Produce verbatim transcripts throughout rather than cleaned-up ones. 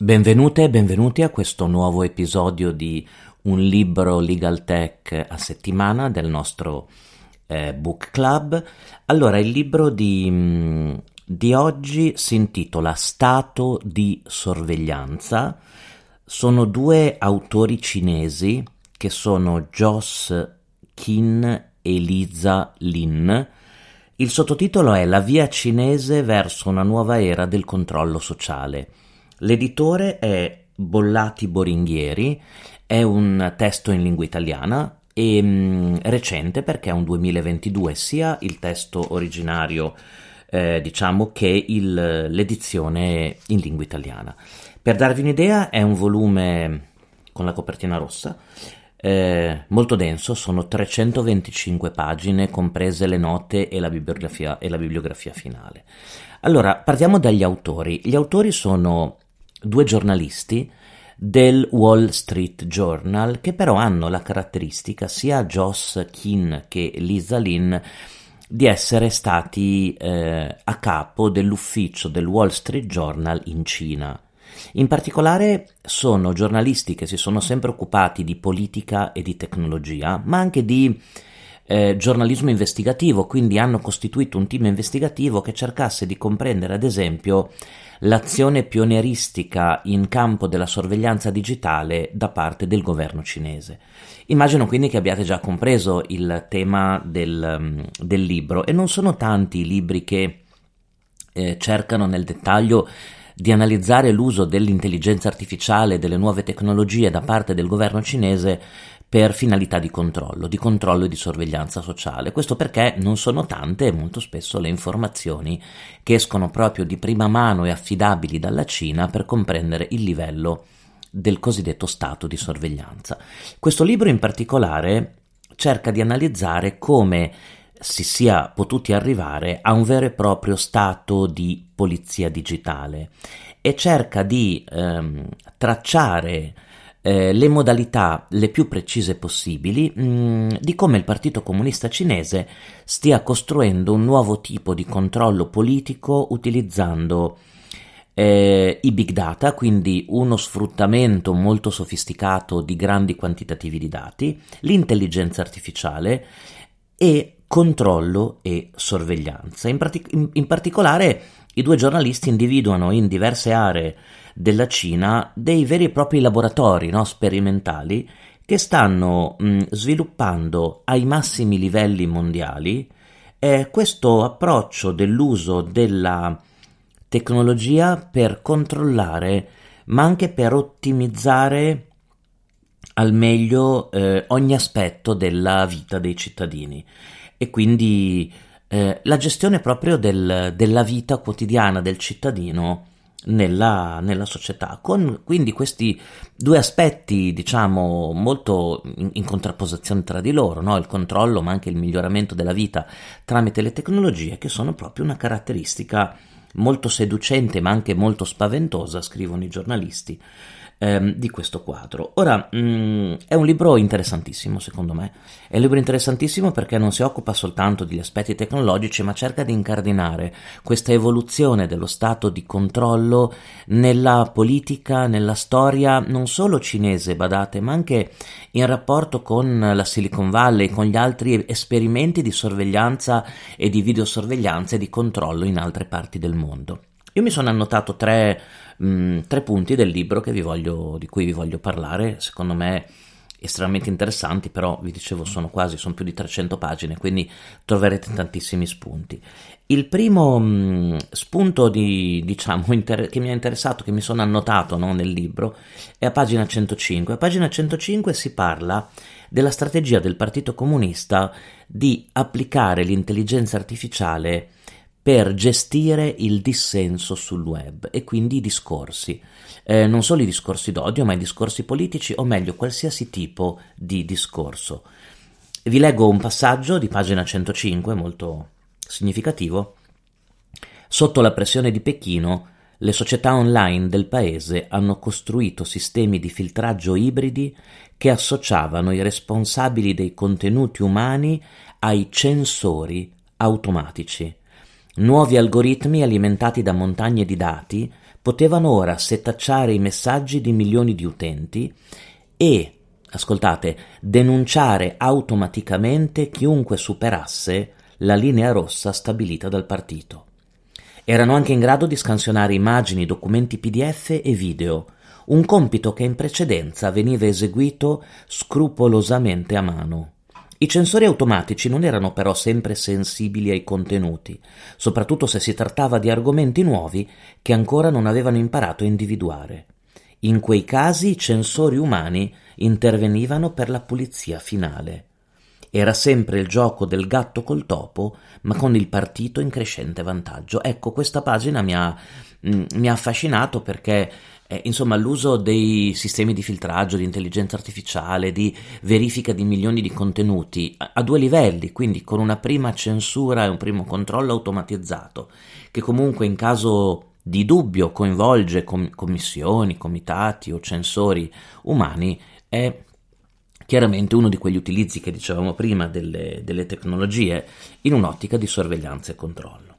Benvenute e benvenuti a questo nuovo episodio di Un libro Legal Tech a settimana del nostro eh, book club. Allora, il libro di, di oggi si intitola Stato di sorveglianza. Sono due autori cinesi che sono Joss Qin e Lisa Lin. Il sottotitolo è La via cinese verso una nuova era del controllo sociale. L'editore è Bollati Boringhieri, è un testo in lingua italiana e mh, recente perché è un duemilaventidue, sia il testo originario eh, diciamo che il, l'edizione in lingua italiana. Per darvi un'idea, è un volume con la copertina rossa, eh, molto denso, sono trecentoventicinque pagine comprese le note e la bibliografia, e la bibliografia finale. Allora, partiamo dagli autori. Gli autori sono due giornalisti del Wall Street Journal, che però hanno la caratteristica, sia Joss Qin che Lisa Lin, di essere stati eh, a capo dell'ufficio del Wall Street Journal in Cina. In particolare sono giornalisti che si sono sempre occupati di politica e di tecnologia, ma anche di eh, giornalismo investigativo, quindi hanno costituito un team investigativo che cercasse di comprendere, ad esempio, l'azione pionieristica in campo della sorveglianza digitale da parte del governo cinese. Immagino quindi che abbiate già compreso il tema del, del libro, e non sono tanti i libri che eh, cercano nel dettaglio di analizzare l'uso dell'intelligenza artificiale e delle nuove tecnologie da parte del governo cinese per finalità di controllo, di controllo e di sorveglianza sociale. Questo perché non sono tante e molto spesso le informazioni che escono proprio di prima mano e affidabili dalla Cina per comprendere il livello del cosiddetto stato di sorveglianza. Questo libro in particolare cerca di analizzare come si sia potuti arrivare a un vero e proprio stato di polizia digitale e cerca di ehm, tracciare Eh, le modalità le più precise possibili mh, di come il Partito Comunista Cinese stia costruendo un nuovo tipo di controllo politico utilizzando eh, i big data, quindi uno sfruttamento molto sofisticato di grandi quantitativi di dati, l'intelligenza artificiale e controllo e sorveglianza. In, partic- in, in particolare i due giornalisti individuano in diverse aree della Cina dei veri e propri laboratori, no, sperimentali che stanno mh, sviluppando ai massimi livelli mondiali eh, questo approccio dell'uso della tecnologia per controllare ma anche per ottimizzare al meglio eh, ogni aspetto della vita dei cittadini e quindi eh, la gestione proprio del, della vita quotidiana del cittadino Nella, nella società, con quindi questi due aspetti diciamo molto in, in contrapposizione tra di loro, no? Il controllo ma anche il miglioramento della vita tramite le tecnologie, che sono proprio una caratteristica molto seducente ma anche molto spaventosa, scrivono i giornalisti, ehm, di questo quadro. Ora, mh, è un libro interessantissimo, secondo me. È un libro interessantissimo perché non si occupa soltanto degli aspetti tecnologici, ma cerca di incardinare questa evoluzione dello stato di controllo nella politica, nella storia non solo cinese, badate, ma anche in rapporto con la Silicon Valley, con gli altri esperimenti di sorveglianza e di videosorveglianza e di controllo in altre parti del mondo. Io mi sono annotato tre, mh, tre punti del libro che vi voglio, di cui vi voglio parlare, secondo me estremamente interessanti, però vi dicevo sono quasi, sono più di trecento pagine, quindi troverete tantissimi spunti. Il primo mh, spunto di, diciamo, inter- che mi ha interessato, che mi sono annotato, no, nel libro, è a pagina centocinque. A pagina centocinque si parla della strategia del Partito Comunista di applicare l'intelligenza artificiale per gestire il dissenso sul web e quindi i discorsi, eh, non solo i discorsi d'odio ma i discorsi politici, o meglio qualsiasi tipo di discorso. Vi leggo un passaggio di pagina centocinque molto significativo. Sotto la pressione di Pechino, le società online del paese hanno costruito sistemi di filtraggio ibridi che associavano i responsabili dei contenuti umani ai censori automatici. Nuovi algoritmi alimentati da montagne di dati potevano ora setacciare i messaggi di milioni di utenti e, ascoltate, denunciare automaticamente chiunque superasse la linea rossa stabilita dal partito. Erano anche in grado di scansionare immagini, documenti P D F e video, un compito che in precedenza veniva eseguito scrupolosamente a mano. I censori automatici non erano però sempre sensibili ai contenuti, soprattutto se si trattava di argomenti nuovi che ancora non avevano imparato a individuare. In quei casi i censori umani intervenivano per la pulizia finale. Era sempre il gioco del gatto col topo, ma con il partito in crescente vantaggio. Ecco, questa pagina mi ha, mh, mi ha affascinato perché eh, insomma l'uso dei sistemi di filtraggio, di intelligenza artificiale, di verifica di milioni di contenuti a, a due livelli, quindi con una prima censura e un primo controllo automatizzato, che comunque in caso di dubbio coinvolge com- commissioni, comitati o censori umani, è chiaramente uno di quegli utilizzi che dicevamo prima delle, delle tecnologie in un'ottica di sorveglianza e controllo.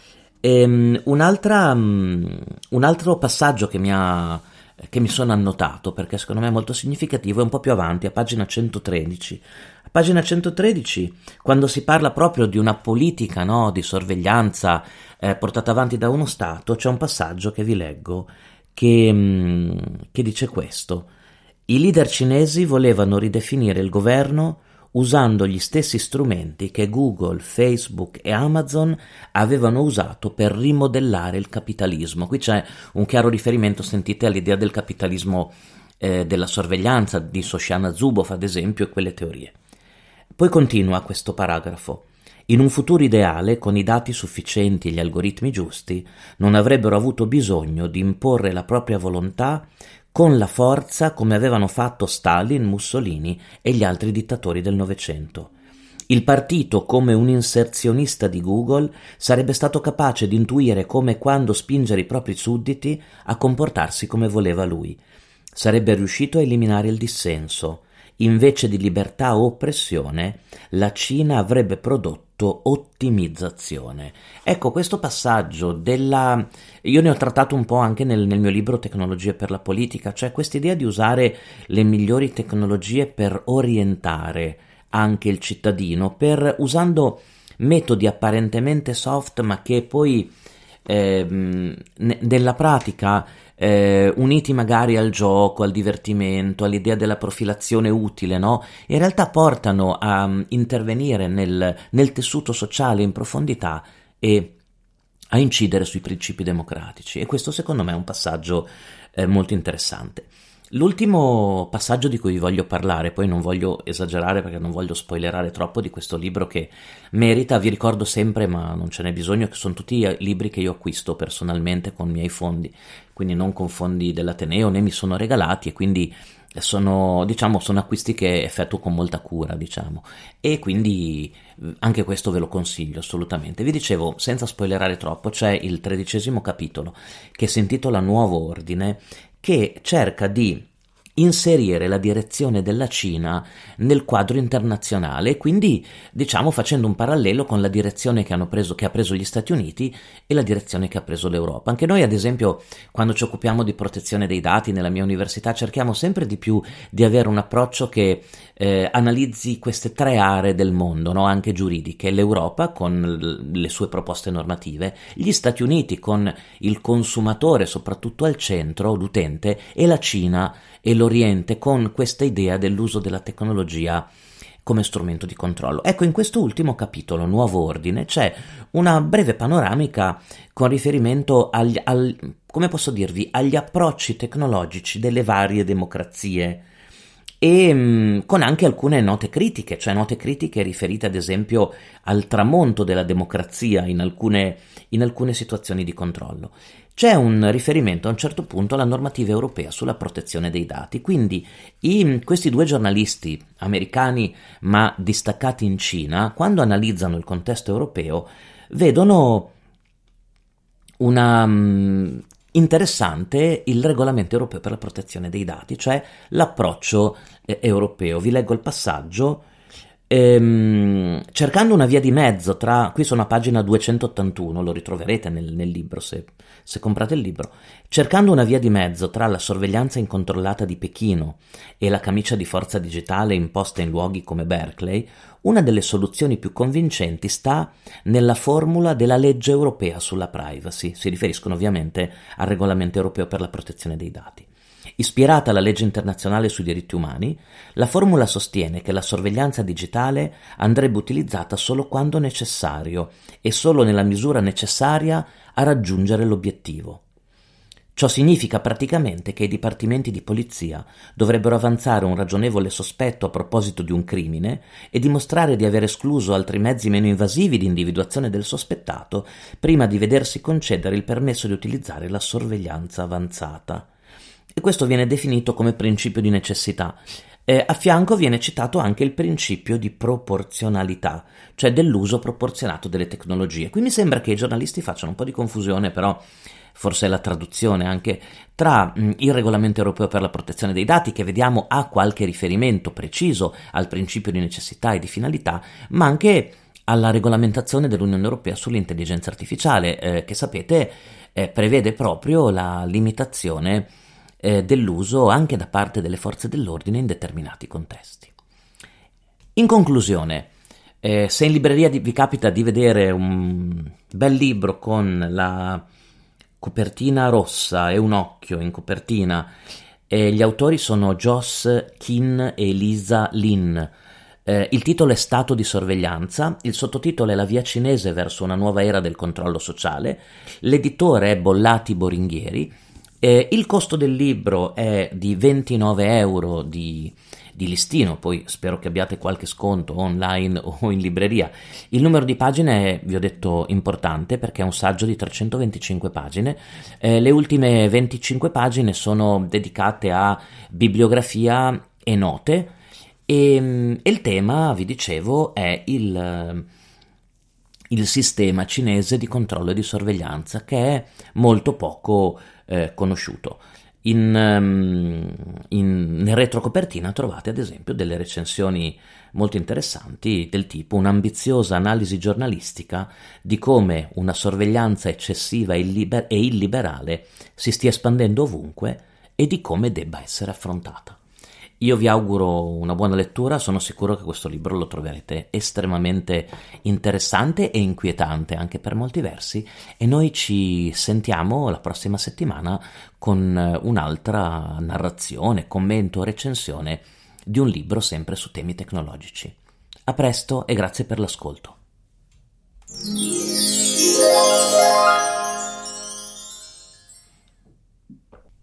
E, un'altra, um, un altro passaggio che mi, ha, che mi sono annotato, perché secondo me è molto significativo, è un po' più avanti, a pagina centotredici. A pagina centotredici, quando si parla proprio di una politica, no, di sorveglianza eh, portata avanti da uno Stato, c'è un passaggio che vi leggo che, um, che dice questo. I leader cinesi volevano ridefinire il governo usando gli stessi strumenti che Google, Facebook e Amazon avevano usato per rimodellare il capitalismo. Qui c'è un chiaro riferimento, sentite, all'idea del capitalismo eh, della sorveglianza di Shoshana Zuboff, ad esempio, e quelle teorie. Poi continua questo paragrafo. In un futuro ideale, con i dati sufficienti e gli algoritmi giusti, non avrebbero avuto bisogno di imporre la propria volontà con la forza come avevano fatto Stalin, Mussolini e gli altri dittatori del Novecento. Il partito, come un inserzionista di Google, sarebbe stato capace di intuire come e quando spingere i propri sudditi a comportarsi come voleva lui. Sarebbe riuscito a eliminare il dissenso. Invece di libertà o oppressione, la Cina avrebbe prodotto ottimizzazione. Ecco, questo passaggio della... Io ne ho trattato un po' anche nel, nel mio libro Tecnologie per la politica, cioè quest'idea di usare le migliori tecnologie per orientare anche il cittadino, per usando metodi apparentemente soft, ma che poi eh, nella pratica Eh, uniti magari al gioco, al divertimento, all'idea della profilazione utile, no? In realtà portano a um, intervenire nel, nel tessuto sociale in profondità e a incidere sui principi democratici. E questo secondo me è un passaggio eh, molto interessante. L'ultimo passaggio di cui vi voglio parlare, poi non voglio esagerare perché non voglio spoilerare troppo di questo libro che merita, vi ricordo sempre, ma non ce n'è bisogno, che sono tutti libri che io acquisto personalmente con i miei fondi, quindi non con fondi dell'Ateneo, né mi sono regalati, e quindi sono, diciamo, sono acquisti che effettuo con molta cura, diciamo, e quindi anche questo ve lo consiglio assolutamente. Vi dicevo, senza spoilerare troppo, c'è il tredicesimo capitolo che si intitola Nuovo Ordine, che cerca di inserire la direzione della Cina nel quadro internazionale, quindi diciamo facendo un parallelo con la direzione che hanno preso, che ha preso gli Stati Uniti e la direzione che ha preso l'Europa. Anche noi, ad esempio, quando ci occupiamo di protezione dei dati nella mia università, cerchiamo sempre di più di avere un approccio che eh, analizzi queste tre aree del mondo, no? Anche giuridiche: l'Europa con le sue proposte normative, gli Stati Uniti con il consumatore soprattutto al centro, l'utente, e la Cina e l'Oriente con questa idea dell'uso della tecnologia come strumento di controllo. Ecco, in questo ultimo capitolo, Nuovo Ordine, c'è una breve panoramica con riferimento agli, al, come posso dirvi, agli approcci tecnologici delle varie democrazie e mh, con anche alcune note critiche, cioè note critiche riferite ad esempio al tramonto della democrazia in alcune, in alcune situazioni di controllo. C'è un riferimento a un certo punto alla normativa europea sulla protezione dei dati, quindi i, questi due giornalisti americani ma distaccati in Cina, quando analizzano il contesto europeo, vedono una um, interessante il regolamento europeo per la protezione dei dati, cioè l'approccio eh, europeo. Vi leggo il passaggio. Ehm, cercando una via di mezzo tra, qui sono a pagina duecentottantuno, lo ritroverete nel, nel libro se, se comprate il libro, cercando una via di mezzo tra la sorveglianza incontrollata di Pechino e la camicia di forza digitale imposta in luoghi come Berkeley, una delle soluzioni più convincenti sta nella formula della legge europea sulla privacy, si riferiscono ovviamente al regolamento europeo per la protezione dei dati. Ispirata alla legge internazionale sui diritti umani, la formula sostiene che la sorveglianza digitale andrebbe utilizzata solo quando necessario e solo nella misura necessaria a raggiungere l'obiettivo. Ciò significa praticamente che i dipartimenti di polizia dovrebbero avanzare un ragionevole sospetto a proposito di un crimine e dimostrare di aver escluso altri mezzi meno invasivi di individuazione del sospettato prima di vedersi concedere il permesso di utilizzare la sorveglianza avanzata. E questo viene definito come principio di necessità. Eh, a fianco viene citato anche il principio di proporzionalità, cioè dell'uso proporzionato delle tecnologie. Qui mi sembra che i giornalisti facciano un po' di confusione, però forse è la traduzione anche, tra mh, il regolamento europeo per la protezione dei dati, che vediamo ha qualche riferimento preciso al principio di necessità e di finalità, ma anche alla regolamentazione dell'Unione Europea sull'intelligenza artificiale, eh, che sapete eh, prevede proprio la limitazione dell'uso anche da parte delle forze dell'ordine in determinati contesti. In conclusione, eh, se in libreria vi capita di vedere un bel libro con la copertina rossa e un occhio in copertina, eh, gli autori sono Joss Kin e Lisa Lin. Eh, il titolo è Stato di sorveglianza, il sottotitolo è La via cinese verso una nuova era del controllo sociale, l'editore è Bollati Boringhieri. Eh, il costo del libro è di ventinove euro di, di listino, poi spero che abbiate qualche sconto online o in libreria. Il numero di pagine è, vi ho detto, importante perché è un saggio di trecentoventicinque pagine. Eh, le ultime venticinque pagine sono dedicate a bibliografia e note e, e il tema, vi dicevo, è il... il sistema cinese di controllo e di sorveglianza, che è molto poco eh, conosciuto. In, um, in, nel retrocopertina trovate ad esempio delle recensioni molto interessanti del tipo un'ambiziosa analisi giornalistica di come una sorveglianza eccessiva e, illiber- e illiberale si stia espandendo ovunque e di come debba essere affrontata. Io vi auguro una buona lettura, sono sicuro che questo libro lo troverete estremamente interessante e inquietante anche per molti versi, e noi ci sentiamo la prossima settimana con un'altra narrazione, commento o recensione di un libro sempre su temi tecnologici. A presto e grazie per l'ascolto.